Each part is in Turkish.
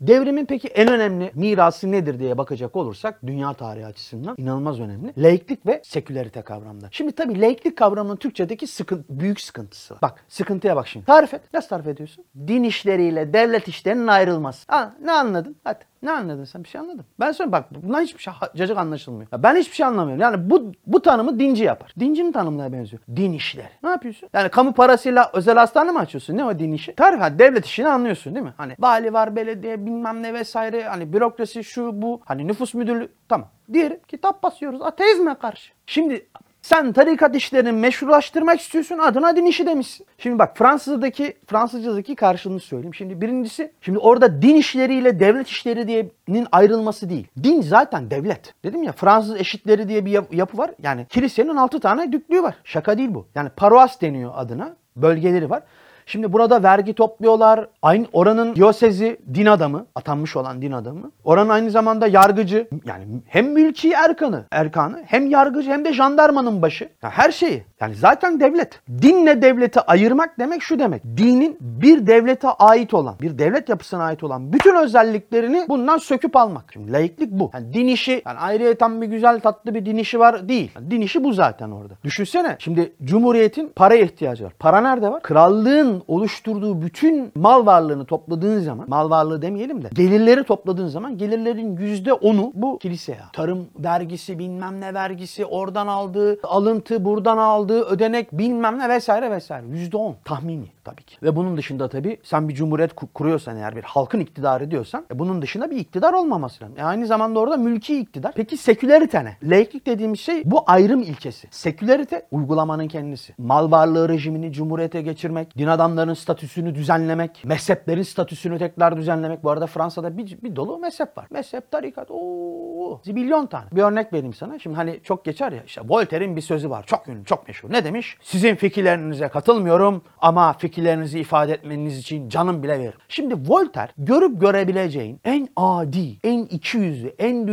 Devrimin peki en önemli mirası nedir diye bakacak olursak dünya tarihi açısından inanılmaz önemli. Laiklik ve sekülerite kavramları. Şimdi tabii laiklik kavramının Türkçedeki büyük sıkıntısı var. Bak sıkıntıya bak şimdi. Tarif et. Nasıl tarif ediyorsun? Din işleriyle devlet işlerinin ayrılması. Ne anladın? Hadi. Ne anladın sen? Bir şey anladın. Ben söyleyeyim bak bundan hiçbir şey cacık anlaşılmıyor. Ya ben hiçbir şey anlamıyorum. Yani bu tanımı dinci yapar. Dincinin tanımına benziyor. Din işleri. Ne yapıyorsun? Yani kamu parasıyla özel hastane mi açıyorsun? Ne o din işi? Tarif devlet işini anlıyorsun değil mi? Hani vali var, belediye bilmem ne vesaire. Hani bürokrasi şu bu. Hani nüfus müdürlüğü. Tamam. Diğeri kitap basıyoruz. Ateizme karşı. Şimdi sen tarikat işlerini meşrulaştırmak istiyorsun, adına din işi demişsin. Şimdi bak Fransızcadaki karşılığını söyleyeyim. Şimdi birincisi, şimdi orada din işleriyle devlet işleri diye'nin ayrılması değil. Din zaten devlet. Dedim ya Fransız eşitleri diye bir yapı var. Yani kilisenin 6 tane düklüğü var. Şaka değil bu. Yani paroas deniyor adına. Bölgeleri var. Şimdi burada vergi topluyorlar. Aynı oranın diyosezi din adamı, atanmış olan din adamı. Oranın aynı zamanda yargıcı. Yani hem mülki erkanı hem yargıcı hem de jandarmanın başı. Yani her şeyi. Yani zaten devlet. Dinle devleti ayırmak demek şu demek. Dinin bir devlete ait olan, bir devlet yapısına ait olan bütün özelliklerini bundan söküp almak. Şimdi laiklik bu. Yani din işi, yani ayrıyeten bir güzel tatlı bir din işi var değil. Yani din işi bu zaten orada. Düşünsene şimdi Cumhuriyet'in paraya ihtiyacı var. Para nerede var? Krallığın oluşturduğu bütün mal varlığını topladığın zaman, mal varlığı demeyelim de gelirleri topladığın zaman gelirlerin %10'u bu kiliseye. Tarım vergisi, bilmem ne vergisi, oradan aldığı alıntı, buradan aldığı ödenek, bilmem ne vesaire vesaire. %10 tahmini tabii ki. Ve bunun dışında tabii sen bir cumhuriyet kuruyorsan, eğer bir halkın iktidarı diyorsan bunun dışında bir iktidar olmaması lazım. Aynı zamanda orada mülki iktidar. Peki sekülerite ne? Laiklik dediğimiz şey bu ayrım ilkesi. Sekülerite uygulamanın kendisi. Mal varlığı rejimini cumhuriyete geçirmek, din adamlarının statüsünü düzenlemek, mezheplerin statüsünü tekrar düzenlemek. Bu arada Fransa'da bir dolu mezhep var. Mezhep, tarikat, zibilyon tane. Bir örnek vereyim sana. Şimdi hani çok geçer ya, işte Voltaire'in bir sözü var. Çok ünlü, çok meşhur. Ne demiş? Sizin fikirlerinize katılmıyorum ama fikirlerinizi ifade etmeniz için canım bile veririm. Şimdi Voltaire görüp görebileceğin en adi, en ikiyüzlü, en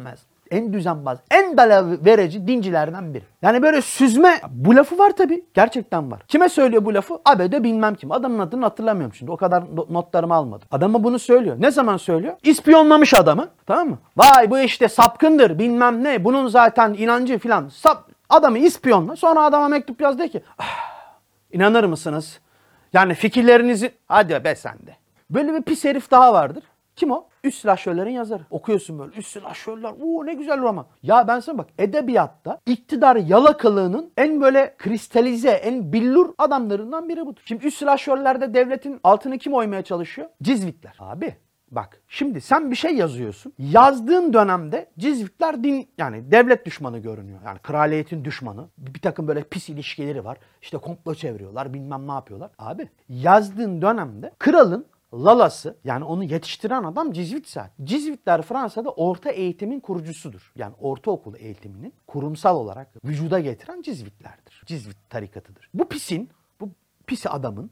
düzenbaz, en dalaverici dincilerden biri. Yani böyle süzme, bu lafı var tabii. Gerçekten var. Kime söylüyor bu lafı? Abede bilmem kim. Adamın adını hatırlamıyorum şimdi. O kadar notlarımı almadım. Adama bunu söylüyor. Ne zaman söylüyor? İspiyonlamış adamı. Tamam mı? Vay bu işte sapkındır bilmem ne. Bunun zaten inancı filan. Adamı ispiyonla. Sonra adama mektup yaz de ki inanır mısınız? Yani fikirlerinizi... Hadi be sen de. Böyle bir pis herif daha vardır. Kim o? Üst silahşörlerin yazarı. Okuyorsun böyle. Üst silahşörler. Ne güzel roman. Ya ben sana bak, edebiyatta iktidar yalakalığının en böyle kristalize, en billur adamlarından biri budur. Şimdi üst silahşörlerde devletin altını kim oymaya çalışıyor? Cizvitler. Abi bak şimdi sen bir şey yazıyorsun. Yazdığın dönemde Cizvitler yani devlet düşmanı görünüyor. Yani kraliyetin düşmanı. Bir takım böyle pis ilişkileri var. İşte komplo çeviriyorlar, bilmem ne yapıyorlar. Abi yazdığın dönemde kralın lalası, yani onu yetiştiren adam Cizvit zaten. Cizvitler Fransa'da orta eğitimin kurucusudur. Yani ortaokul eğitiminin kurumsal olarak vücuda getiren Cizvitlerdir. Cizvit tarikatıdır. Bu pis adamın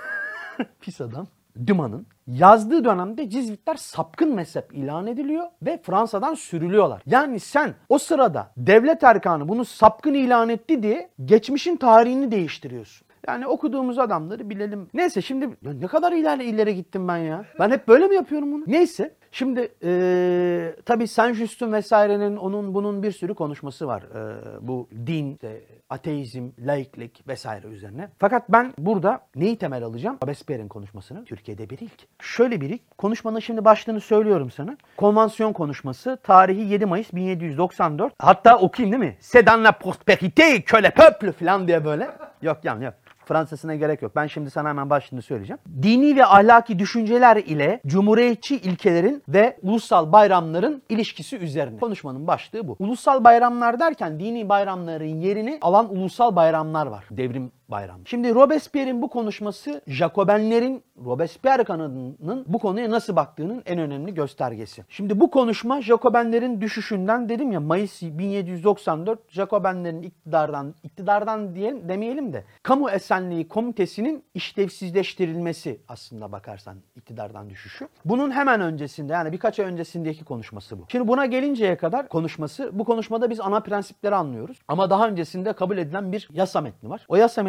pis adam Dumas'ın yazdığı dönemde Cizvitler sapkın mezhep ilan ediliyor ve Fransa'dan sürülüyorlar. Yani sen o sırada devlet erkanı bunu sapkın ilan etti diye geçmişin tarihini değiştiriyorsun. Yani okuduğumuz adamları bilelim. Neyse şimdi ya ne kadar ileri gittim ben ya. Ben hep böyle mi yapıyorum bunu? Neyse. Şimdi tabii Saint-Just'un vesairenin onun bunun bir sürü konuşması var. Bu din, işte, ateizm, laiklik vesaire üzerine. Fakat ben burada neyi temel alacağım? Robespierre'in konuşmasını. Türkiye'de bir ilk. Şöyle bir ilk. Konuşmanın şimdi başlığını söylüyorum sana. Konvansiyon konuşması. Tarihi 7 Mayıs 1794. Hatta okuyayım değil mi? C'est dans la prospérité que le peuple falan diye böyle. Yok. Fransızına gerek yok. Ben şimdi sana hemen başlığını söyleyeceğim. Dini ve ahlaki düşünceler ile cumhuriyetçi ilkelerin ve ulusal bayramların ilişkisi üzerine. Konuşmanın başlığı bu. Ulusal bayramlar derken dini bayramların yerini alan ulusal bayramlar var. Devrim bayramı. Şimdi Robespierre'in bu konuşması Jacobenlerin Robespierre kanadının bu konuya nasıl baktığının en önemli göstergesi. Şimdi bu konuşma Jacobenlerin düşüşünden, dedim ya, Mayıs 1794 Jacobenlerin iktidardan diyelim, demeyelim de kamu esenliği komitesinin işlevsizleştirilmesi aslında bakarsan iktidardan düşüşü. Bunun hemen öncesinde, yani birkaç ay öncesindeki konuşması bu. Şimdi buna gelinceye kadar bu konuşmada biz ana prensipleri anlıyoruz. Ama daha öncesinde kabul edilen bir yasa metni var. O yasa metni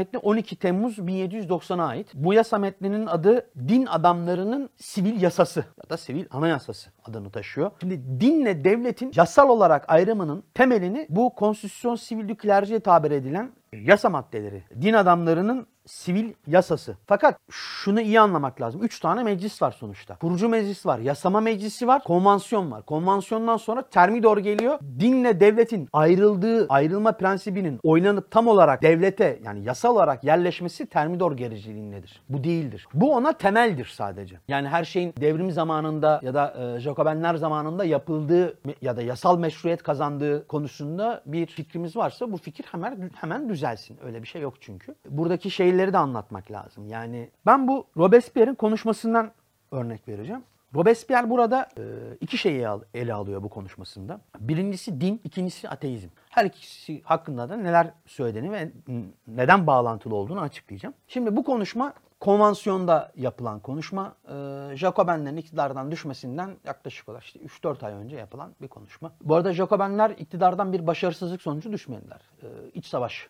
metni 12 Temmuz 1790'a ait. Bu yasa metninin adı Din Adamlarının Sivil Yasası ya da Sivil Anayasası adını taşıyor. Şimdi dinle devletin yasal olarak ayrımının temelini bu konstitüsyon sivil du clerge'ye tabir edilen yasa maddeleri. Din adamlarının sivil yasası. Fakat şunu iyi anlamak lazım. 3 tane meclis var sonuçta. Kurucu meclis var, yasama meclisi var, konvansiyon var. Konvansiyondan sonra termidor geliyor. Dinle devletin ayrılma prensibinin oynanıp tam olarak devlete yani yasal olarak yerleşmesi termidor gericiliğindedir. Bu değildir. Bu ona temeldir sadece. Yani her şeyin devrim zamanında ya da Jacobenler zamanında yapıldığı ya da yasal meşruiyet kazandığı konusunda bir fikrimiz varsa bu fikir hemen düzelsin. Öyle bir şey yok çünkü. Buradaki şeyleri de anlatmak lazım. Yani ben bu Robespierre'in konuşmasından örnek vereceğim. Robespierre burada iki şeyi ele alıyor bu konuşmasında. Birincisi din, ikincisi ateizm. Her ikisi hakkında da neler söylediğini ve neden bağlantılı olduğunu açıklayacağım. Şimdi bu konuşma konvansiyonda yapılan konuşma. Jacobenlerin iktidardan düşmesinden yaklaşık olarak işte 3-4 ay önce yapılan bir konuşma. Bu arada Jacobenler iktidardan bir başarısızlık sonucu düşmediler. İç savaş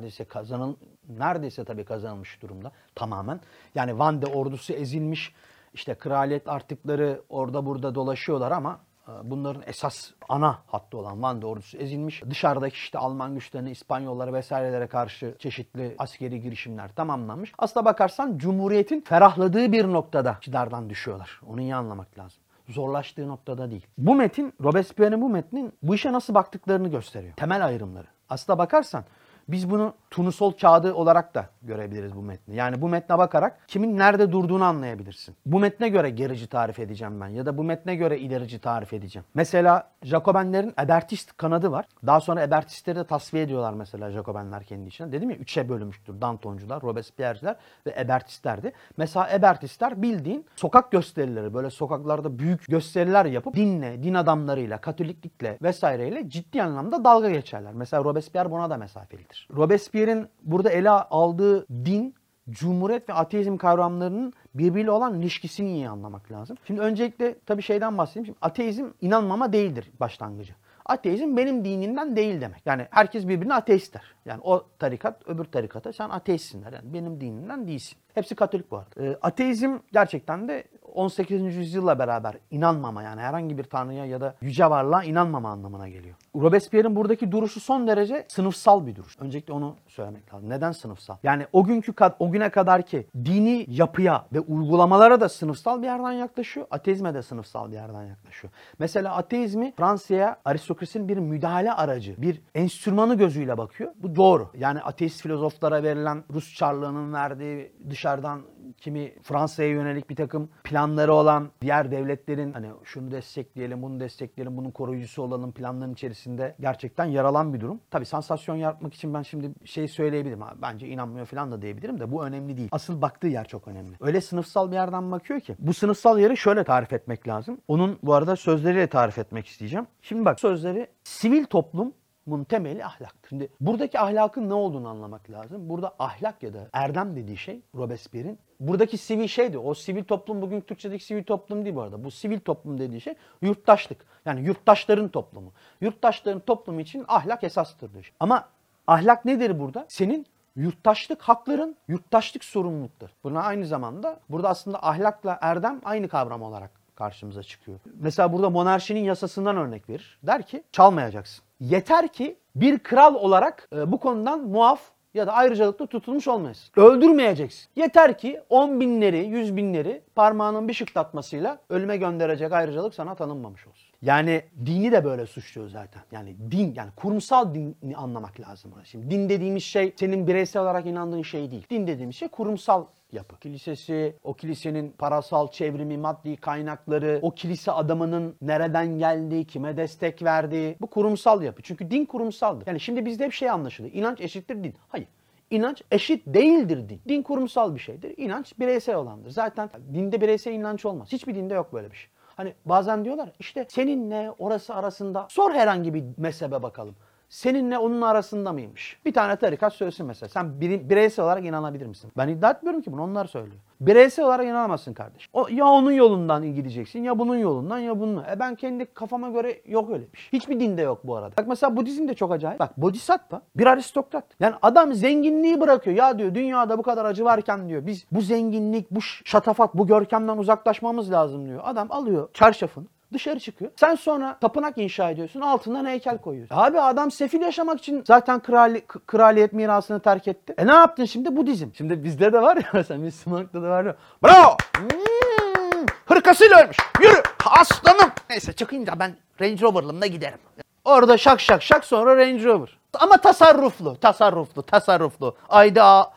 neredeyse tabii kazanılmış durumda tamamen. Yani Vendée ordusu ezilmiş. İşte kraliyet artıkları orada burada dolaşıyorlar ama bunların esas ana hattı olan Vendée ordusu ezilmiş. Dışarıdaki işte Alman güçlerine, İspanyollara vesairelere karşı çeşitli askeri girişimler tamamlanmış. Aslına bakarsan Cumhuriyet'in ferahladığı bir noktada iktidardan düşüyorlar. Onu iyi anlamak lazım. Zorlaştığı noktada değil. Bu metin, Robespierre'in bu metnin bu işe nasıl baktıklarını gösteriyor. Temel ayrımları. Aslına bakarsan biz bunu turnusol kağıdı olarak da görebiliriz bu metni. Yani bu metne bakarak kimin nerede durduğunu anlayabilirsin. Bu metne göre gerici tarif edeceğim ben ya da bu metne göre ilerici tarif edeceğim. Mesela Jacobenlerin Ebertist kanadı var. Daha sonra Ebertistleri de tasfiye ediyorlar mesela Jacobenler kendi içine. Dedim ya 3'e bölünmüştür. Dantoncular, Robespierre'ciler ve Ebertistlerdi. Mesela Ebertistler bildiğin sokak gösterileri, böyle sokaklarda büyük gösteriler yapıp dinle, din adamlarıyla, katoliklikle vesaireyle ciddi anlamda dalga geçerler. Mesela Robespierre buna da mesafelidir. Robespierre'in burada ele aldığı din, cumhuriyet ve ateizm kavramlarının birbiriyle olan ilişkisini iyi anlamak lazım. Şimdi öncelikle tabii şeyden bahsedeyim. Şimdi ateizm inanmama değildir başlangıcı. Ateizm benim dinimden değil demek. Yani herkes birbirine ateist der. Yani o tarikat öbür tarikata sen ateistsin der. Yani benim dinimden değilsin. Hepsi Katolik bu arada. Ateizm gerçekten de 18. yüzyılla beraber inanmama yani herhangi bir tanrıya ya da yüce varlığa inanmama anlamına geliyor. Robespierre'in buradaki duruşu son derece sınıfsal bir duruş. Öncelikle onu söylemek lazım. Neden sınıfsal? Yani o güne kadar ki dini yapıya ve uygulamalara da sınıfsal bir yerden yaklaşıyor. Ateizme de sınıfsal bir yerden yaklaşıyor. Mesela ateizmi Fransa'ya aristokrasinin bir müdahale aracı, bir enstrümanı gözüyle bakıyor. Bu doğru. Yani ateist filozoflara verilen Rus Çarlığı'nın verdiği dışarıdan kimi Fransa'ya yönelik bir takım planları olan diğer devletlerin hani şunu destekleyelim, bunu destekleyelim, bunun koruyucusu olalım planların içerisinde gerçekten yer alan bir durum. Tabii sansasyon yaratmak için ben şimdi şey söyleyebilirim. Bence inanmıyor falan da diyebilirim de bu önemli değil. Asıl baktığı yer çok önemli. Öyle sınıfsal bir yerden bakıyor ki. Bu sınıfsal yeri şöyle tarif etmek lazım. Onun bu arada sözleriyle tarif etmek isteyeceğim. Şimdi bak sözleri sivil toplum bunun temeli ahlaktır. Şimdi buradaki ahlakın ne olduğunu anlamak lazım. Burada ahlak ya da erdem dediği şey Robespierre'in buradaki sivil şeydi. O sivil toplum bugün Türkçedeki sivil toplum değil bu arada. Bu sivil toplum dediği şey yurttaşlık. Yani yurttaşların toplumu. Yurttaşların toplumu için ahlak esastır diyor. Ama ahlak nedir burada? Senin yurttaşlık hakların, yurttaşlık sorumluluktur. Buna aynı zamanda burada aslında ahlakla erdem aynı kavram olarak karşımıza çıkıyor. Mesela burada monarşinin yasasından örnek verir. Der ki çalmayacaksın. Yeter ki bir kral olarak bu konudan muaf ya da ayrıcalıklı tutulmuş olmayasın. Öldürmeyeceksin. Yeter ki 10 binleri, 100 binleri parmağının bir şıklatmasıyla ölüme gönderecek ayrıcalık sana tanınmamış olsun. Yani dini de böyle suçluyor zaten. Yani din, yani kurumsal dini anlamak lazım. Şimdi din dediğimiz şey senin bireysel olarak inandığın şey değil. Din dediğimiz şey kurumsal yapı. Kilisesi, o kilisenin parasal çevrimi, maddi kaynakları, o kilise adamının nereden geldiği, kime destek verdiği, bu kurumsal yapı. Çünkü din kurumsaldır. Yani şimdi bizde hep şey anlaşılıyor. İnanç eşittir din. Hayır. İnanç eşit değildir din. Din kurumsal bir şeydir. İnanç bireysel olandır. Zaten dinde bireysel inanç olmaz. Hiçbir dinde yok böyle bir şey. Hani bazen diyorlar işte seninle orası arasında sor herhangi bir mezhebe bakalım. seninle onun arasında mıymış? Bir tane tarikat söylesin mesela. Sen bireysel olarak inanabilir misin? Ben iddia etmiyorum ki bunu, onlar söylüyor. Bireysel olarak inanamazsın kardeşim. Ya onun yolundan gideceksin, ya bunun yolundan, ya bunun. Ben kendi kafama göre yok öyle bir şey. Hiçbir dinde yok bu arada. Bak mesela Budizm de çok acayip. Bak Bodhisattva bir aristokrat. Yani adam zenginliği bırakıyor. Ya diyor dünyada bu kadar acı varken diyor biz bu zenginlik, bu şatafat, bu görkemden uzaklaşmamız lazım diyor. Adam alıyor çarşafını, dışarı çıkıyor. Sen sonra tapınak inşa ediyorsun, altından heykel koyuyorsun. Abi adam sefil yaşamak için zaten kraliyet mirasını terk etti. Ne yaptın şimdi? Budizm. Şimdi bizde de var ya mesela Müslümanlıkta da var ya. Bravo! Hırkasıyla ölmüş. Yürü! Aslanım! Neyse çıkınca ben Range Rover'ımla giderim. Orada şak şak şak sonra Range Rover. Ama tasarruflu. Audi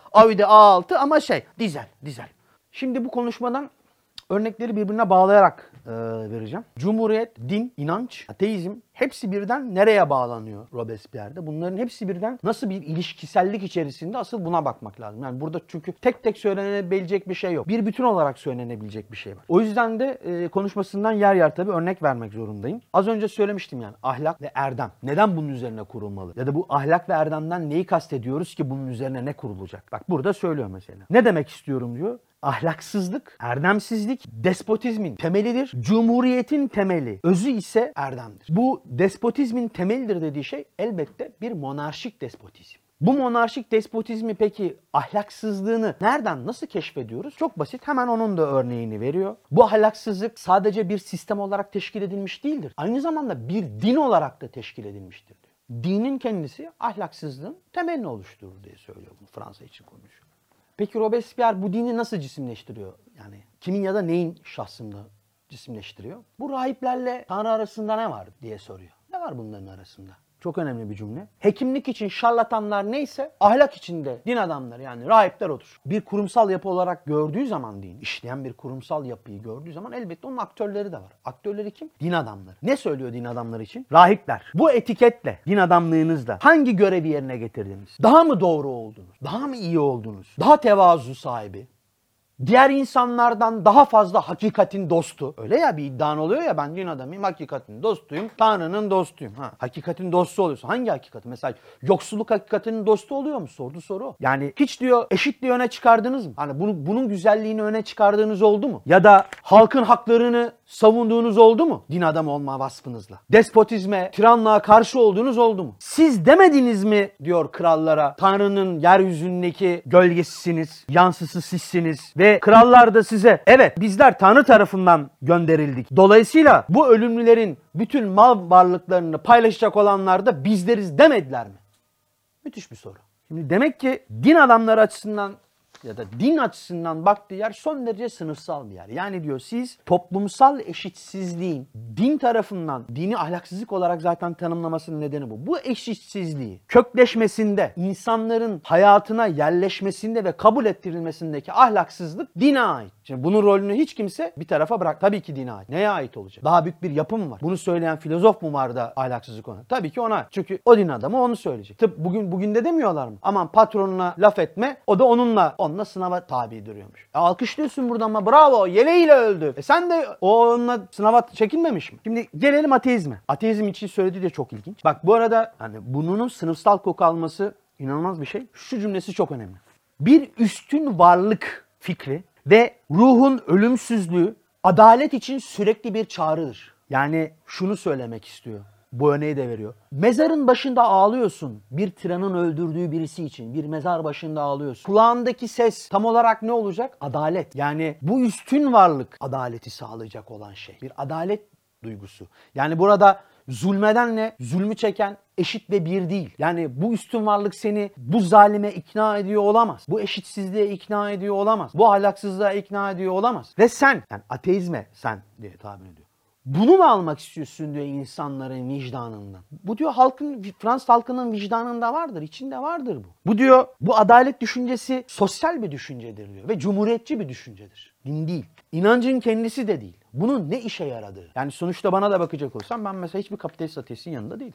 A6 ama dizel. Şimdi bu konuşmadan örnekleri birbirine bağlayarak vereceğim. Cumhuriyet, din, inanç, ateizm hepsi birden nereye bağlanıyor Robespierre'de? Bunların hepsi birden nasıl bir ilişkisellik içerisinde, asıl buna bakmak lazım. Yani burada çünkü tek tek söylenebilecek bir şey yok. Bir bütün olarak söylenebilecek bir şey var. O yüzden de konuşmasından yer yer tabii örnek vermek zorundayım. Az önce söylemiştim yani ahlak ve erdem. Neden bunun üzerine kurulmalı? Ya da bu ahlak ve erdemden neyi kastediyoruz ki bunun üzerine ne kurulacak? Bak burada söylüyor mesela. Ne demek istiyorum diyor. Ahlaksızlık, erdemsizlik despotizmin temelidir. Cumhuriyetin temeli, özü ise erdemdir. Bu despotizmin temelidir dediği şey elbette bir monarşik despotizm. Bu monarşik despotizmi peki ahlaksızlığını nereden, nasıl keşfediyoruz? Çok basit. Hemen onun da örneğini veriyor. Bu ahlaksızlık sadece bir sistem olarak teşkil edilmiş değildir. Aynı zamanda bir din olarak da teşkil edilmiştir diyor. Dinin kendisi ahlaksızlığın temelini oluşturur diye söylüyor. Bunu Fransa için konuşuyor. Peki Robespierre bu dini nasıl cisimleştiriyor? Yani kimin ya da neyin şahsında cisimleştiriyor? Bu rahiplerle Tanrı arasında ne var diye soruyor. Ne var bunların arasında? Çok önemli bir cümle. Hekimlik için şarlatanlar neyse ahlak için de din adamları yani rahipler odur. Bir kurumsal yapı olarak gördüğü zaman din, işleyen bir kurumsal yapıyı gördüğü zaman elbette onun aktörleri de var. Aktörleri kim? Din adamları. Ne söylüyor din adamları için? Rahipler. Bu etiketle, din adamlığınızla hangi görevi yerine getirdiniz? Daha mı doğru oldunuz? Daha mı iyi oldunuz? Daha tevazu sahibi? Diğer insanlardan daha fazla hakikatin dostu. Öyle ya bir iddian oluyor ya ben din adamıyım, hakikatin dostuyum, Tanrı'nın dostuyum. Hakikatin dostu oluyorsun. Hangi hakikati? Mesela yoksulluk hakikatinin dostu oluyor mu? Sordu soru o. Yani hiç diyor eşitliği öne çıkardınız mı? Hani bunun güzelliğini öne çıkardığınız oldu mu? Ya da halkın haklarını savunduğunuz oldu mu? Din adamı olma vasfınızla. Despotizme, tiranlığa karşı olduğunuz oldu mu? Siz demediniz mi diyor krallara, Tanrı'nın yeryüzündeki gölgesisiniz, yansısı sizsiniz ve krallar da size evet bizler Tanrı tarafından gönderildik. Dolayısıyla bu ölümlülerin bütün mal varlıklarını paylaşacak olanlar da bizleriz demediler mi? Müthiş bir soru. Şimdi demek ki din adamları açısından ya da din açısından baktığı yer son derece sınıfsal bir yer. Yani diyor siz toplumsal eşitsizliğin din tarafından, dini ahlaksızlık olarak zaten tanımlamasının nedeni bu. Bu eşitsizliği kökleşmesinde, insanların hayatına yerleşmesinde ve kabul ettirilmesindeki ahlaksızlık dine ait. Şimdi bunun rolünü hiç kimse bir tarafa bırak. Tabii ki dine ait. Neye ait olacak? Daha büyük bir yapı mı var? Bunu söyleyen filozof mu var da ahlaksızlık ona? Tabii ki ona. Çünkü o din adamı onu söyleyecek. Tıp bugün de demiyorlar mı? Aman patronuna laf etme. O da onunla sınava tabi duruyormuş. Alkışlıyorsun burada ama bravo yeleğiyle öldü. Sen de onunla sınava çekinmemiş mi? Şimdi gelelim ateizme. Ateizm için söylediği de çok ilginç. Bak bu arada hani bunun sınıfsal koku alması inanılmaz bir şey. Şu cümlesi çok önemli. Bir üstün varlık fikri ve ruhun ölümsüzlüğü adalet için sürekli bir çağrıdır. Yani şunu söylemek istiyor. Bu örneği de veriyor. Mezarın başında ağlıyorsun. Bir tiranın öldürdüğü birisi için. Bir mezar başında ağlıyorsun. Kulağındaki ses tam olarak ne olacak? Adalet. Yani bu üstün varlık adaleti sağlayacak olan şey. Bir adalet duygusu. Yani burada zulmedenle zulmü çeken eşit ve bir değil. Yani bu üstün varlık seni bu zalime ikna ediyor olamaz. Bu eşitsizliğe ikna ediyor olamaz. Bu ahlaksızlığa ikna ediyor olamaz. Ve sen, yani ateizme sen diye tabir ediyor. Bunu mu almak istiyorsun diyor insanların vicdanından. Bu diyor Fransız halkının vicdanında vardır, içinde vardır bu. Bu diyor bu adalet düşüncesi sosyal bir düşüncedir diyor ve cumhuriyetçi bir düşüncedir. Din değil. İnancın kendisi de değil. Bunun ne işe yaradığı. Yani sonuçta bana da bakacak olsam ben mesela hiçbir kapitalist ateistin yanında değilim.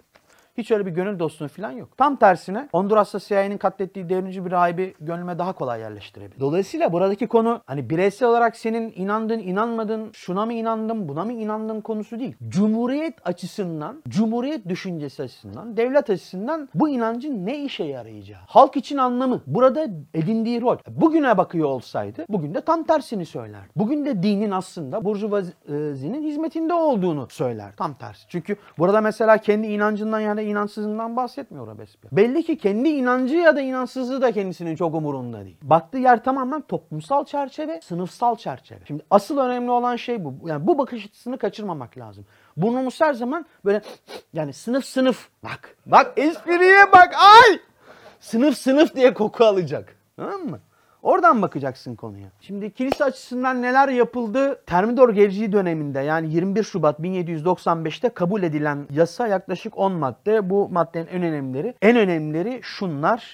Hiç öyle bir gönül dostluğu falan yok. Tam tersine Honduras'ta CIA'nin katlettiği devrimci bir rahibi gönlüme daha kolay yerleştirebilir. Dolayısıyla buradaki konu hani bireysel olarak senin inandığın, inanmadığın, şuna mı inandın, buna mı inandın konusu değil. Cumhuriyet açısından, cumhuriyet düşüncesi açısından, devlet açısından bu inancın ne işe yarayacağı. Halk için anlamı, burada edindiği rol. Bugüne bakıyor olsaydı, bugün de tam tersini söyler. Bugün de dinin aslında burjuvazinin hizmetinde olduğunu söyler. Tam tersi. Çünkü burada mesela kendi inancından ya da inançsızlığından bahsetmiyor Robespierre. Belli ki kendi inancı ya da inançsızlığı da kendisinin çok umurunda değil. Baktığı yer tamamen toplumsal çerçeve, sınıfsal çerçeve. Şimdi asıl önemli olan şey bu. Yani bu bakış açısını kaçırmamak lazım. Burnumuz her zaman böyle yani sınıf. Bak espriye bak. Ay! Sınıf diye koku alacak. Tamam mı? Oradan bakacaksın konuya. Şimdi kilise açısından neler yapıldı? Thermidor gericiği döneminde yani 21 Şubat 1795'te kabul edilen yasa yaklaşık 10 madde. Bu maddenin en önemlileri şunlar.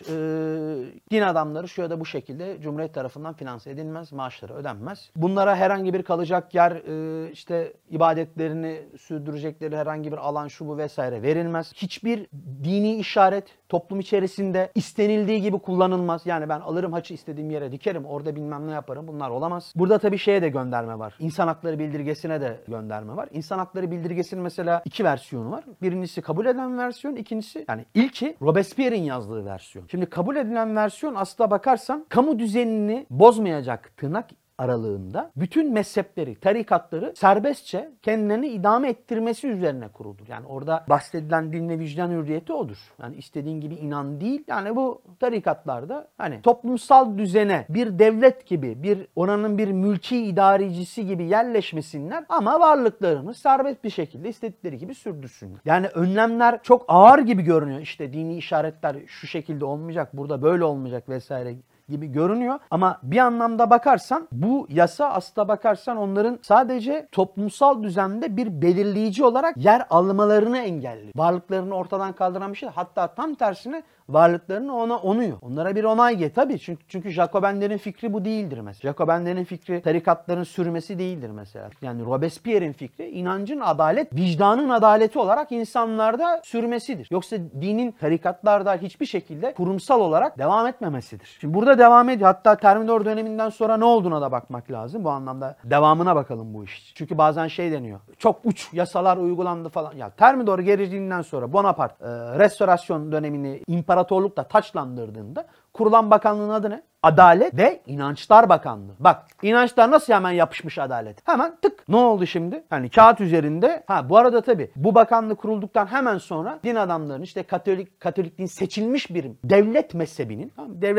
Din adamları şu ya da bu şekilde Cumhuriyet tarafından finanse edilmez, maaşları ödenmez. Bunlara herhangi bir kalacak yer, işte ibadetlerini sürdürecekleri herhangi bir alan şu bu vesaire verilmez. Hiçbir dini işaret toplum içerisinde istenildiği gibi kullanılmaz. Yani ben alırım haçı istediğim yere dikerim, orada bilmem ne yaparım. Bunlar olamaz. Burada tabii şeye de gönderme var. İnsan hakları bildirgesine de gönderme var. İnsan hakları bildirgesinin mesela 2 versiyonu var. Birincisi kabul edilen versiyon, ikincisi yani ilki Robespierre'in yazdığı versiyon. Şimdi kabul edilen versiyon aslına bakarsan kamu düzenini bozmayacak tırnak aralığında bütün mezhepleri, tarikatları serbestçe kendilerini idame ettirmesi üzerine kuruldur. Yani orada bahsedilen din ve vicdan hürriyeti odur. Yani istediğin gibi inan değil. Yani bu tarikatlarda hani toplumsal düzene bir devlet gibi, bir oranın bir mülki idarecisi gibi yerleşmesinler ama varlıklarını serbest bir şekilde istedikleri gibi sürdürsünler. Yani önlemler çok ağır gibi görünüyor. İşte dini işaretler şu şekilde olmayacak, burada böyle olmayacak vesaire gibi görünüyor. Ama bir anlamda bakarsan bu yasa aslına bakarsan onların sadece toplumsal düzende bir belirleyici olarak yer almalarını engelliyor. Varlıklarını ortadan kaldıran bir şey. Hatta tam tersine varlıklarını ona onuyor. Onlara bir onay tabii çünkü Jacobenlerin fikri bu değildir mesela. Jacobenlerin fikri tarikatların sürmesi değildir mesela. Yani Robespierre'in fikri inancın adalet, vicdanın adaleti olarak insanlarda sürmesidir. Yoksa dinin tarikatlarda hiçbir şekilde kurumsal olarak devam etmemesidir. Şimdi burada devam ediyor. Hatta Thermidor döneminden sonra ne olduğuna da bakmak lazım. Bu anlamda devamına bakalım bu iş. Çünkü bazen şey deniyor. Çok uç yasalar uygulandı falan. Ya Thermidor gericiğinden sonra Bonaparte restorasyon dönemini imparatorlukla taçlandırdığında kurulan bakanlığın adı ne? Adalet ve İnançlar Bakanlığı. Bak inançlar nasıl hemen yapışmış adalet. Hemen tık. Ne oldu şimdi? Yani kağıt üzerinde. Bu arada tabii bu bakanlık kurulduktan hemen sonra din adamlarının işte Katolikliğin seçilmiş bir devlet mezhebinin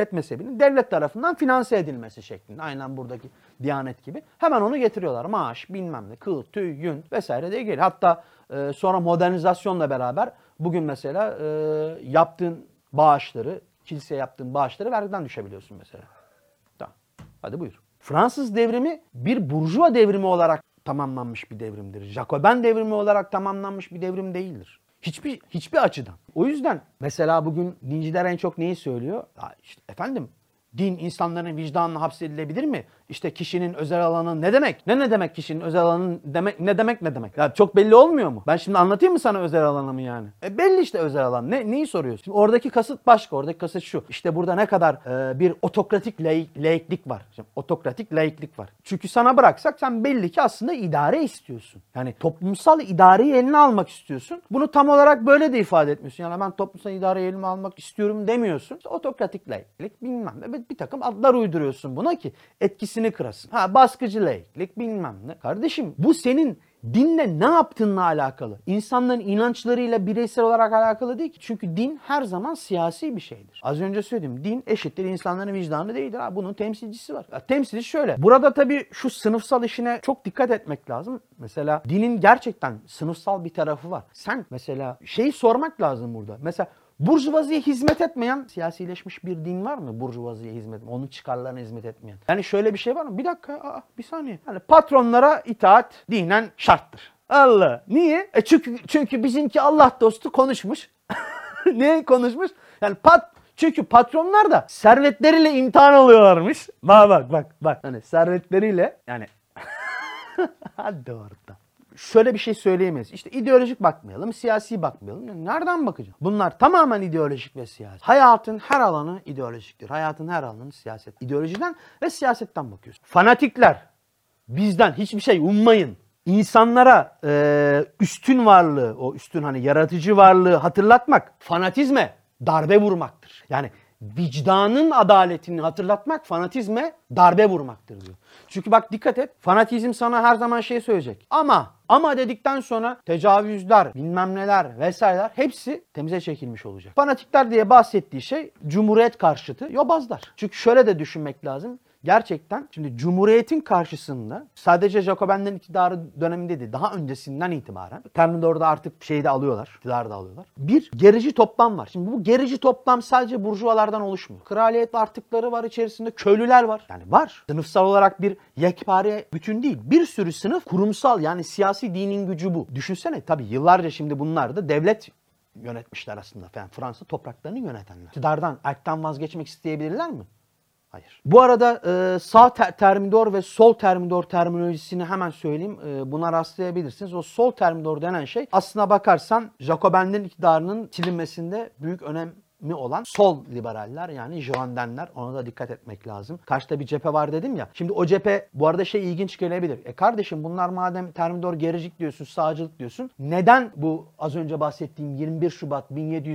devlet tarafından finanse edilmesi şeklinde. Aynen buradaki Diyanet gibi. Hemen onu getiriyorlar. Maaş bilmem ne kıl, tüy, yün vesaire diye geliyor. Hatta sonra modernizasyonla beraber bugün mesela yaptığın bağışları, kiliseye yaptığın bağışları vergiden düşebiliyorsun mesela. Tamam. Hadi buyur. Fransız devrimi bir burjuva devrimi olarak tamamlanmış bir devrimdir. Jacoben devrimi olarak tamamlanmış bir devrim değildir. Hiçbir açıdan. O yüzden mesela bugün dinciler en çok neyi söylüyor? Ya işte efendim din insanların vicdanına hapsedilebilir mi? İşte kişinin özel alanı ne demek? Ne demek kişinin özel alanı demek? Ne demek? Ya çok belli olmuyor mu? Ben şimdi anlatayım mı sana özel alanımı yani? Belli işte özel alan. Neyi soruyorsun? Şimdi oradaki kasıt başka. Oradaki kasıt şu. İşte burada ne kadar bir otokratik laiklik var. Şimdi otokratik laiklik var. Çünkü sana bıraksak sen belli ki aslında idare istiyorsun. Yani toplumsal idareyi eline almak istiyorsun. Bunu tam olarak böyle de ifade etmiyorsun. Yani ben toplumsal idareyi elime almak istiyorum demiyorsun. İşte otokratik laiklik bilmem ne. Bir takım adlar uyduruyorsun buna ki etkisini kırasın. Baskıcı laiklik bilmem ne. Kardeşim bu senin dinle ne yaptığınla alakalı. İnsanların inançlarıyla bireysel olarak alakalı değil ki. Çünkü din her zaman siyasi bir şeydir. Az önce söyledim. Din eşittir insanların vicdanı değildir. Bunun temsilcisi var. Temsilci şöyle. Burada tabii şu sınıfsal işine çok dikkat etmek lazım. Mesela dinin gerçekten sınıfsal bir tarafı var. Sen mesela şeyi sormak lazım burada. Mesela burjuvaziye hizmet etmeyen siyasileşmiş bir din var mı? Burjuvaziye hizmet etmeyen, onun çıkarlarına hizmet etmeyen. Yani şöyle bir şey var mı? Bir dakika, bir saniye. Yani patronlara itaat dinen şarttır. Allah. Niye? Çünkü bizimki Allah dostu konuşmuş. Niye konuşmuş? Yani çünkü patronlar da servetleriyle imtihan alıyorlarmış. Bak. Hani servetleriyle yani hadi orada. şöyle bir şey söyleyemeyiz. İşte ideolojik bakmayalım, siyasi bakmayalım. Yani nereden bakacağım? Bunlar tamamen ideolojik ve siyasi. Hayatın her alanı ideolojiktir. Hayatın her alanı siyaset. İdeolojiden ve siyasetten bakıyorsun. Fanatikler, bizden hiçbir şey ummayın. İnsanlara üstün varlığı, o üstün hani yaratıcı varlığı hatırlatmak fanatizme darbe vurmaktır. Yani vicdanın adaletini hatırlatmak fanatizme darbe vurmaktır diyor. Çünkü bak dikkat et, fanatizm sana her zaman şey söyleyecek. Ama dedikten sonra tecavüzler, bilmem neler vesaireler hepsi temize çekilmiş olacak. Fanatikler diye bahsettiği şey Cumhuriyet karşıtı yobazlar. Çünkü şöyle de düşünmek lazım. Gerçekten şimdi Cumhuriyet'in karşısında sadece Jacobenlerin iktidarı döneminde değil, daha öncesinden itibaren Thermidor'da artık şeyi de alıyorlar, iktidarı da alıyorlar. Bir gerici toplam var. Şimdi bu gerici toplam sadece burjuvalardan oluşmuyor. Kraliyet artıkları var içerisinde, köylüler var. Yani var. Sınıfsal olarak bir yekpare bütün değil. Bir sürü sınıf kurumsal yani siyasi dinin gücü bu. Düşünsene tabii yıllarca şimdi bunlar da devlet yönetmişler aslında. Yani Fransa topraklarını yönetenler. İktidardan, erkten vazgeçmek isteyebilirler mi? Hayır. Bu arada sağ termidor ve sol termidor terminolojisini hemen söyleyeyim. Buna rastlayabilirsiniz. O sol termidor denen şey aslına bakarsan Jacobenlerin iktidarının silinmesinde büyük önem olan sol liberaller yani Girondinler, ona da dikkat etmek lazım. Karşıda bir cephe var dedim ya. Şimdi o cephe bu arada şey ilginç gelebilir. Kardeşim bunlar madem termidor gericilik diyorsun, sağcılık diyorsun. Neden bu az önce bahsettiğim 21 Şubat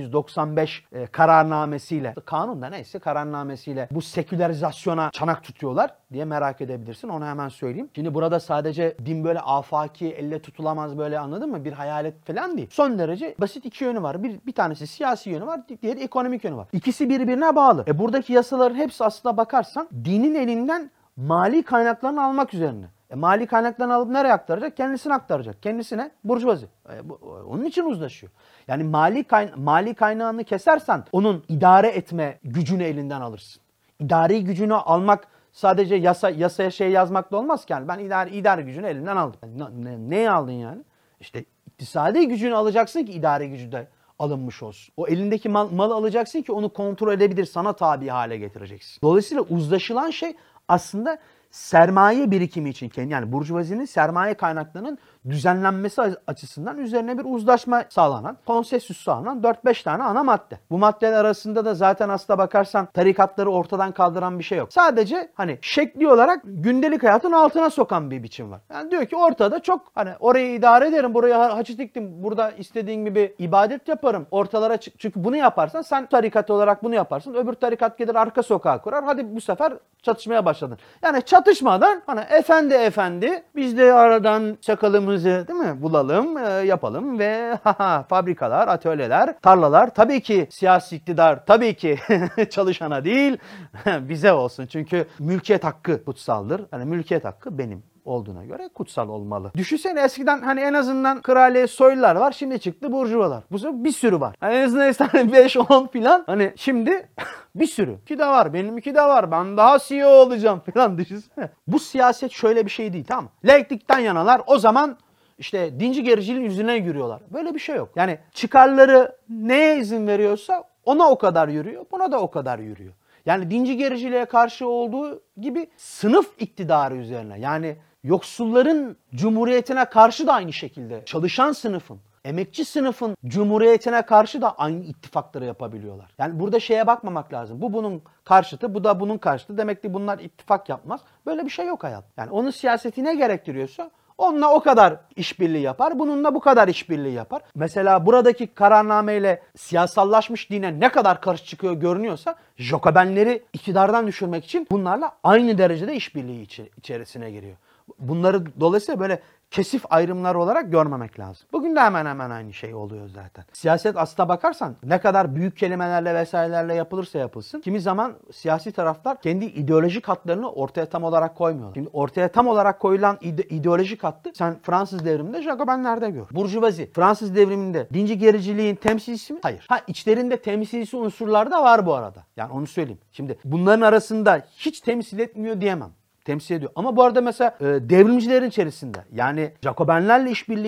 1795 kararnamesiyle, kanunda neyse kararnamesiyle bu sekülerizasyona çanak tutuyorlar diye merak edebilirsin. Onu hemen söyleyeyim. Şimdi burada sadece din böyle afaki, elle tutulamaz böyle anladın mı? Bir hayalet falan değil. Son derece basit iki yönü var. Bir tanesi siyasi yönü var, diğeri ekonomik yönü var. İkisi birbirine bağlı. Buradaki yasaların hepsi aslına bakarsan dinin elinden mali kaynaklarını almak üzerine. Mali kaynaklarını alıp nereye aktaracak? Kendisine aktaracak. Kendisine burjuvazi. Onun için uzlaşıyor. Yani mali kaynağını kesersen onun idare etme gücünü elinden alırsın. İdari gücünü almak sadece yasaya şey yazmakla olmaz ki. Yani ben idare gücünü elinden aldım. Neye aldın yani? İşte iktisadi gücünü alacaksın ki idari gücü de alınmış olsun. O elindeki malı alacaksın ki onu kontrol edebilir, sana tabi hale getireceksin. Dolayısıyla uzlaşılan şey aslında sermaye birikimi için yani burjuvazinin sermaye kaynaklarının düzenlenmesi açısından üzerine bir uzlaşma sağlanan, konsensüs sağlanan 4-5 tane ana madde. Bu maddeler arasında da zaten aslına bakarsan tarikatları ortadan kaldıran bir şey yok. Sadece hani şekli olarak gündelik hayatın altına sokan bir biçim var. Yani diyor ki ortada çok hani orayı idare ederim, buraya haçı diktim, burada istediğin gibi ibadet yaparım. Ortalara çünkü bunu yaparsan sen tarikat olarak bunu yaparsın. Öbür tarikat gelir arka sokağa kurar. Hadi bu sefer çatışmaya başladın. Yani çatışmadan hani efendi biz de aradan çakalımızı değil mi bulalım, yapalım ve fabrikalar, atölyeler, tarlalar tabii ki siyasi iktidar tabii ki çalışana değil bize olsun. Çünkü mülkiyet hakkı kutsaldır. Yani mülkiyet hakkı benim olduğuna göre kutsal olmalı. Düşünsene eskiden hani en azından kraliyet soylular var. Şimdi çıktı burjuvalar. Bu sefer bir sürü var. Yani en azından eskiden 5-10 filan. Hani şimdi bir sürü. İki de var. Benimki de var. Ben daha CEO olacağım filan düşünsene. Bu siyaset şöyle bir şey değil, tamam mı? Laiklikten yanalar o zaman işte dinci gericiliğin yüzüne yürüyorlar. Böyle bir şey yok. Yani çıkarları neye izin veriyorsa ona o kadar yürüyor. Buna da o kadar yürüyor. Yani dinci gericiliğe karşı olduğu gibi sınıf iktidarı üzerine yani yoksulların cumhuriyetine karşı da aynı şekilde çalışan sınıfın, emekçi sınıfın cumhuriyetine karşı da aynı ittifakları yapabiliyorlar. Yani burada şeye bakmamak lazım. Bu bunun karşıtı, bu da bunun karşıtı. Demek ki bunlar ittifak yapmaz. Böyle bir şey yok hayat. Yani onun siyaseti ne gerektiriyorsa onunla o kadar işbirliği yapar, bununla bu kadar işbirliği yapar. Mesela buradaki kararnameyle siyasallaşmış dine ne kadar karşı çıkıyor görünüyorsa Jacobenleri iktidardan düşürmek için bunlarla aynı derecede işbirliği içerisine giriyor. Bunları dolayısıyla böyle kesif ayrımlar olarak görmemek lazım. Bugün de hemen hemen aynı şey oluyor zaten. Siyaset aslına bakarsan ne kadar büyük kelimelerle vesairelerle yapılırsa yapılsın kimi zaman siyasi taraflar kendi ideolojik hatlarını ortaya tam olarak koymuyorlar. Şimdi ortaya tam olarak koyulan ideolojik hattı sen Fransız devriminde Jacobenlerde gör. Burjuvazi Fransız devriminde dinci gericiliğin temsilcisi mi? Hayır. İçlerinde temsilcisi unsurlar da var bu arada. Yani onu söyleyeyim. Şimdi bunların arasında hiç temsil etmiyor diyemem. Temsil ediyor. Ama bu arada mesela devrimcilerin içerisinde yani Jacobenlerle işbirliği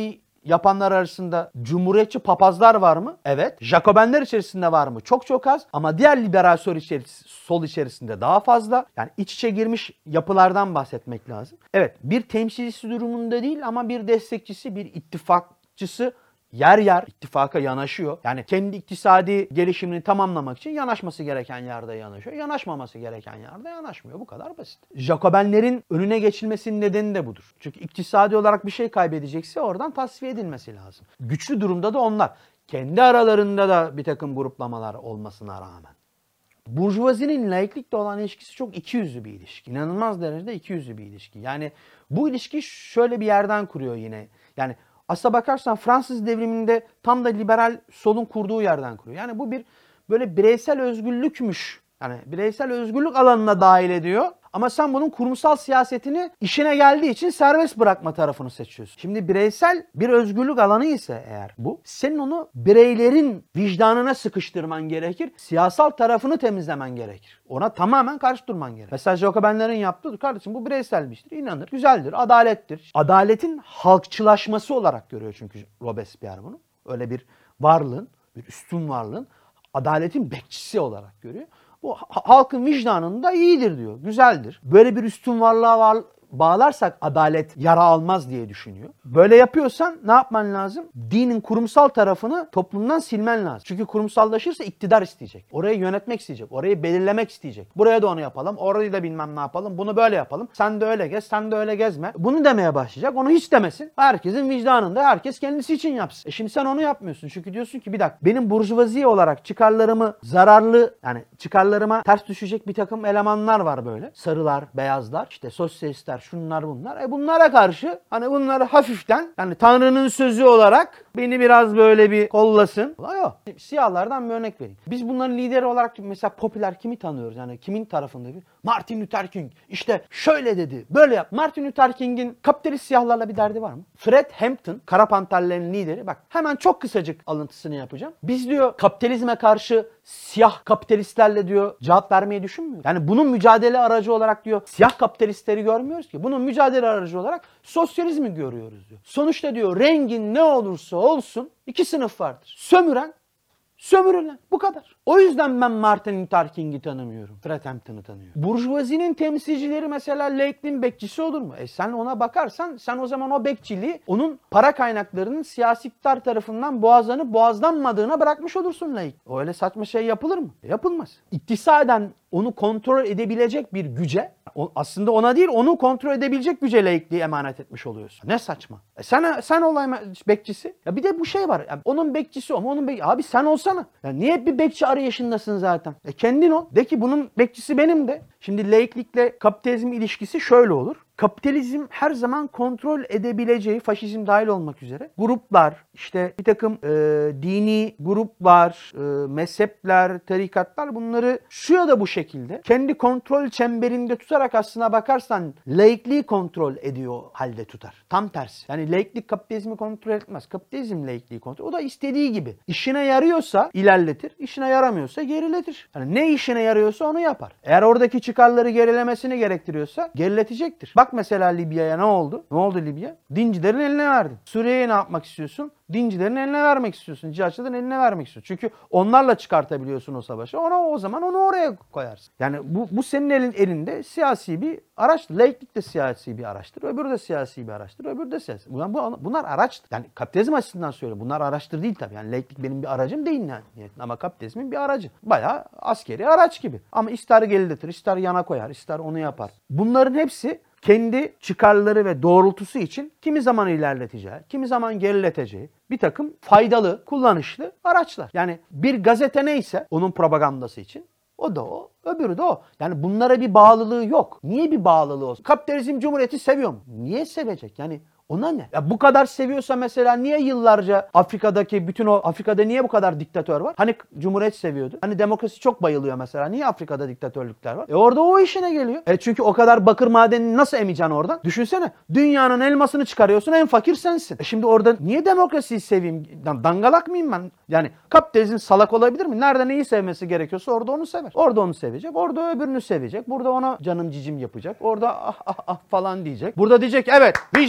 yapanlar arasında cumhuriyetçi papazlar var mı? Evet. Jacobenler içerisinde var mı? Çok çok az. Ama diğer liberal sol içerisinde daha fazla. Yani iç içe girmiş yapılardan bahsetmek lazım. Evet, bir temsilcisi durumunda değil ama bir destekçisi, bir ittifakçısı yer yer ittifaka yanaşıyor. Yani kendi iktisadi gelişimini tamamlamak için yanaşması gereken yerde yanaşıyor. Yanaşmaması gereken yerde yanaşmıyor. Bu kadar basit. Jacobenlerin önüne geçilmesinin nedeni de budur. Çünkü iktisadi olarak bir şey kaybedecekse oradan tasfiye edilmesi lazım. Güçlü durumda da onlar. Kendi aralarında da bir takım gruplamalar olmasına rağmen. Burjuvazinin laiklikle olan ilişkisi çok ikiyüzlü bir ilişki. İnanılmaz derecede ikiyüzlü bir ilişki. Yani bu ilişki şöyle bir yerden kuruyor yine. Yani aslına bakarsan Fransız devriminde tam da liberal solun kurduğu yerden kuruyor. Yani bu bir böyle bireysel özgürlükmüş. Yani bireysel özgürlük alanına dahil ediyor. Ama sen bunun kurumsal siyasetini işine geldiği için serbest bırakma tarafını seçiyorsun. Şimdi bireysel bir özgürlük alanı ise eğer bu, senin onu bireylerin vicdanına sıkıştırman gerekir. Siyasal tarafını temizlemen gerekir. Ona tamamen karşı durman gerekir. Mesela Jacobenlerin yaptığı, kardeşim bu bireysel bir iştir, inanır, güzeldir, adalettir. Adaletin halkçılaşması olarak görüyor çünkü Robespierre bunu. Öyle bir varlığın, bir üstün varlığın adaletin bekçisi olarak görüyor. Bu halkın vicdanında iyidir diyor, güzeldir. Böyle bir üstün varlığa bağlarsak adalet yara almaz diye düşünüyor. Böyle yapıyorsan ne yapman lazım? Dinin kurumsal tarafını toplumdan silmen lazım. Çünkü kurumsallaşırsa iktidar isteyecek. Orayı yönetmek isteyecek. Orayı belirlemek isteyecek. Buraya da onu yapalım. Orayı da bilmem ne yapalım. Bunu böyle yapalım. Sen de öyle gez, sen de öyle gezme. Bunu demeye başlayacak. Onu hiç demesin. Herkesin vicdanında herkes kendisi için yapsın. Şimdi sen onu yapmıyorsun. Çünkü diyorsun ki bir dakika benim burjuvazi olarak çıkarlarımı zararlı, yani çıkarlarıma ters düşecek bir takım elemanlar var böyle. Sarılar, beyazlar, işte sosyalistler, şunlar bunlar. Bunlara karşı hani bunları hafiften, yani Tanrı'nın sözü olarak beni biraz böyle bir kollasın. Ulan yok. Siyahlardan bir örnek vereyim. Biz bunların lideri olarak mesela popüler kimi tanıyoruz? Yani kimin tarafında bir? Martin Luther King. İşte şöyle dedi, böyle yap. Martin Luther King'in kapitalist siyahlarla bir derdi var mı? Fred Hampton, Kara Panterlerin lideri. Bak hemen çok kısacık alıntısını yapacağım. Biz diyor kapitalizme karşı siyah kapitalistlerle diyor cevap vermeyi düşünmüyor. Yani bunun mücadele aracı olarak diyor siyah kapitalistleri görmüyoruz ki. Bunun mücadele aracı olarak sosyalizmi görüyoruz diyor. Sonuçta diyor rengin ne olursa olsun iki sınıf vardır. Sömüren, sömürülen. Bu kadar. O yüzden ben Martin Luther King'i tanımıyorum. Fred Hampton'ı tanıyorum. Burjuvazinin temsilcileri mesela laikliğin bekçisi olur mu? Sen ona bakarsan sen o zaman o bekçiliği onun para kaynaklarının siyasi iktidar tarafından boğazlanıp boğazlanmadığına bırakmış olursun laik. Öyle saçma şey yapılır mı? Yapılmaz. İktisaden onu kontrol edebilecek bir güce, aslında ona değil onu kontrol edebilecek güce laikliği emanet etmiş oluyorsun. Ne saçma. Sen olay bekçisi. Ya bir de bu şey var. Yani onun bekçisi o mu? Abi sen olsana. Ya niye bir bekçi arayışındasın zaten? Kendin ol. De ki bunun bekçisi benim de. Şimdi laiklikle kapitalizm ilişkisi şöyle olur. Kapitalizm her zaman kontrol edebileceği, faşizm dahil olmak üzere, gruplar, işte bir takım dini gruplar, mezhepler, tarikatlar, bunları şu ya da bu şekilde kendi kontrol çemberinde tutarak aslına bakarsan laikliği kontrol ediyor halde tutar. Tam tersi. Yani laiklik kapitalizmi kontrol etmez. Kapitalizm laikliği kontrol. O da istediği gibi. İşine yarıyorsa ilerletir, işine yaramıyorsa geriletir. Yani ne işine yarıyorsa onu yapar. Eğer oradaki çıkarları gerilemesini gerektiriyorsa geriletecektir. Bak mesela Libya'ya ne oldu? Ne oldu Libya? Dincilerin eline verdin. Suriye'ye ne yapmak istiyorsun? Dincilerin eline vermek istiyorsun. Cihatçıların eline vermek istiyorsun. Çünkü onlarla çıkartabiliyorsun o savaşı. O zaman onu oraya koyarsın. Yani bu senin elinde siyasi bir araç. Laiklik de siyasi bir araçtır. Öbürü de siyasi bir araçtır. Öbürü de siyasi. Bunlar araçtır. Yani kapitalizm açısından söylüyorum. Bunlar araçtır değil tabii. Yani laiklik benim bir aracım değil yani. Ama kapitalizmin bir aracı. Bayağı askeri araç gibi. Ama ister geriletir, ister yana koyar, ister onu yapar. Bunların hepsi kendi çıkarları ve doğrultusu için kimi zaman ilerleteceği, kimi zaman gerileteceği bir takım faydalı, kullanışlı araçlar. Yani bir gazete neyse onun propagandası için o da o, öbürü de o. Yani bunlara bir bağlılığı yok. Niye bir bağlılığı olsun? Kapitalizm Cumhuriyeti seviyor mu? Niye sevecek? Yani ona ne? Ya bu kadar seviyorsa mesela niye yıllarca Afrika'da niye bu kadar diktatör var? Hani Cumhuriyet seviyordu. Hani demokrasi çok bayılıyor mesela. Niye Afrika'da diktatörlükler var? Orada o işine geliyor. Çünkü o kadar bakır madenini nasıl emeceksin oradan? Düşünsene. Dünyanın elmasını çıkarıyorsun, en fakir sensin. Şimdi orada niye demokrasiyi seveyim? Dangalak mıyım ben? Yani kapitalizm salak olabilir mi? Nerede neyi sevmesi gerekiyorsa orada onu sever. Orada onu sevecek. Orada öbürünü sevecek. Burada ona canım cicim yapacak. Orada ah ah ah falan diyecek. Burada diyecek evet vicdan hürriyeti.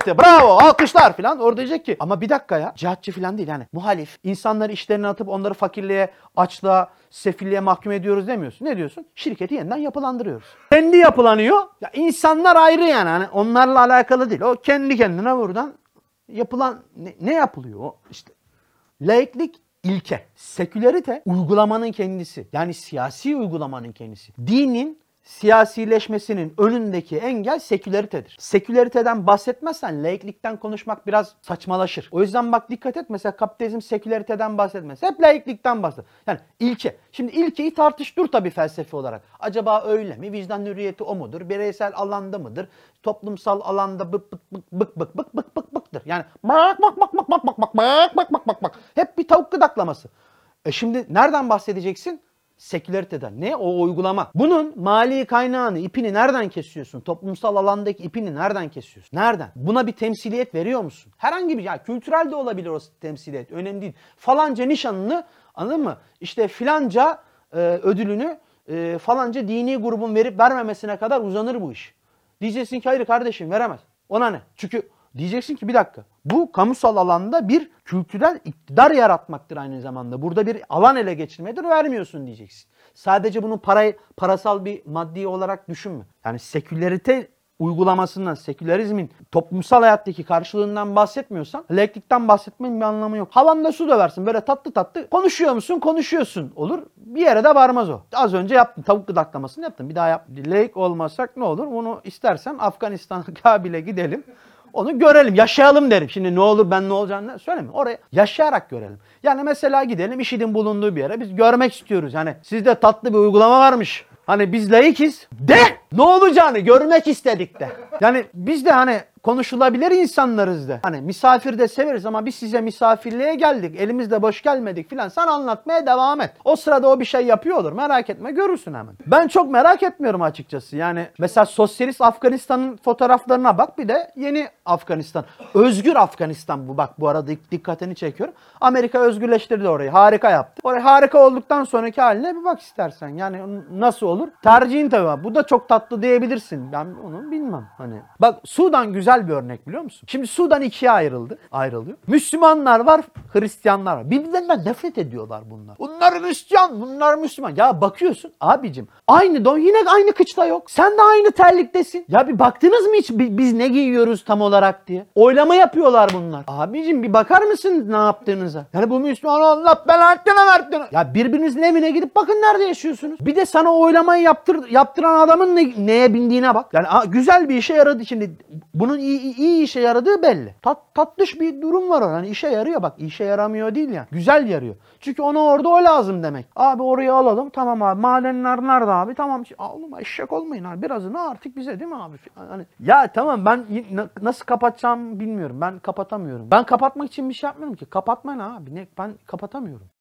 Sekülerite bravo alkışlar falan. Orada diyecek ki ama bir dakika ya cihatçı falan değil yani muhalif. İnsanları işlerine atıp onları fakirliğe, açlığa, sefilliğe mahkum ediyoruz demiyorsun. Ne diyorsun? Şirketi yeniden yapılandırıyoruz. Kendi yapılanıyor. Ya insanlar ayrı yani. Hani onlarla alakalı değil. O kendi kendine buradan yapılan ne yapılıyor? O işte laiklik ilke. Sekülerite uygulamanın kendisi. Yani siyasi uygulamanın kendisi. Dinin siyasileşmesinin önündeki engel seküleritedir. Sekülariteden bahsetmezsen laiklikten konuşmak biraz saçmalaşır. O yüzden bak dikkat et mesela kapitalizm sekülariteden bahsetmez. Hep laiklikten bahseder. Yani ilke. Şimdi ilkeyi tartıştır tabii felsefi olarak. Acaba öyle mi? Vicdan hürriyeti o mudur? Bireysel alanda mıdır? Toplumsal alanda bıktır. Yani bak. Hep bir tavuk gıdaklaması. Şimdi nereden bahsedeceksin? Sekülariteden. Ne? O uygulama. Bunun mali kaynağını, ipini nereden kesiyorsun? Toplumsal alandaki ipini nereden kesiyorsun? Nereden? Buna bir temsiliyet veriyor musun? Herhangi bir, ya kültürel de olabilir o temsiliyet. Önemli değil. Falanca nişanını, anladın mı? İşte filanca ödülünü falanca dini grubun verip vermemesine kadar uzanır bu iş. Diyeceksin ki hayır kardeşim veremez. Ona ne? Çünkü diyeceksin ki bir dakika. Bu kamusal alanda bir kültürel iktidar yaratmaktır aynı zamanda. Burada bir alan ele geçirmedir, vermiyorsun diyeceksin. Sadece bunu parasal bir maddi olarak düşünme. Yani sekülerite uygulamasından, sekülerizmin toplumsal hayattaki karşılığından bahsetmiyorsan, laiklikten bahsetmenin bir anlamı yok. Havanda su döversin böyle tatlı tatlı. Konuşuyor musun? Konuşuyorsun. Olur. Bir yere de varmaz o. Az önce yaptın. Tavuk gıdaklamasını yaptın. Bir daha yap. Laik olmazsak ne olur? Bunu istersen Afganistan'a Kabil'e gidelim. Onu görelim, yaşayalım derim. Şimdi ne olur ben ne olacağını söylemiyorum. Oraya yaşayarak görelim. Yani mesela gidelim IŞİD'in bulunduğu bir yere. Biz görmek istiyoruz. Hani sizde tatlı bir uygulama varmış. Hani biz laikiz. De! Ne olacağını görmek istedik de. Yani biz de hani konuşulabilir insanlarız da. Hani misafir de severiz ama biz size misafirliğe geldik. Elimizde boş gelmedik filan. Sen anlatmaya devam et. O sırada o bir şey yapıyor olur. Merak etme, görürsün hemen. Ben çok merak etmiyorum açıkçası. Yani mesela sosyalist Afganistan'ın fotoğraflarına bak, bir de yeni Afganistan. Özgür Afganistan bu. Bak bu arada dikkatini çekiyorum. Amerika özgürleştirdi orayı. Harika yaptı. Oraya harika olduktan sonraki haline bir bak istersen. Yani nasıl olur? Tercihin tabii. Bu da çok tatlı diyebilirsin. Ben onu bilmem. Hani bak Sudan güzel bir örnek, biliyor musun? Şimdi Sudan ikiye ayrılıyor. Müslümanlar var, Hristiyanlar var. Birbirlerinden nefret ediyorlar bunlar. Bunlar Hristiyan, bunlar Müslüman. Ya bakıyorsun abicim, aynı don yine aynı kıçta yok. Sen de aynı terliktesin. Ya bir baktınız mı hiç biz ne giyiyoruz tam olarak diye? Oylama yapıyorlar bunlar. Abicim bir bakar mısın ne yaptığınıza? Yani bu Müslüman Allah belasını versin. Ya birbirinizin evine gidip bakın nerede yaşıyorsunuz. Bir de sana oylamayı yaptıran adamın neye bindiğine bak. Yani güzel bir işe yaradı şimdi. Bunun iyi işe yaradığı belli. Tatlış bir durum var o. Yani işe yarıyor bak. İşe yaramıyor değil ya. Güzel yarıyor. Çünkü ona orada o lazım demek. Abi orayı alalım. Tamam abi. Madenler nerede abi? Tamam. Oğlum eşek olmayın abi. Birazını artık bize değil mi abi? Hani, ya tamam ben nasıl kapatacağım bilmiyorum. Ben kapatamıyorum. Ben kapatmak için bir şey yapmıyorum ki. Kapatma ne abi? Ben kapatamıyorum.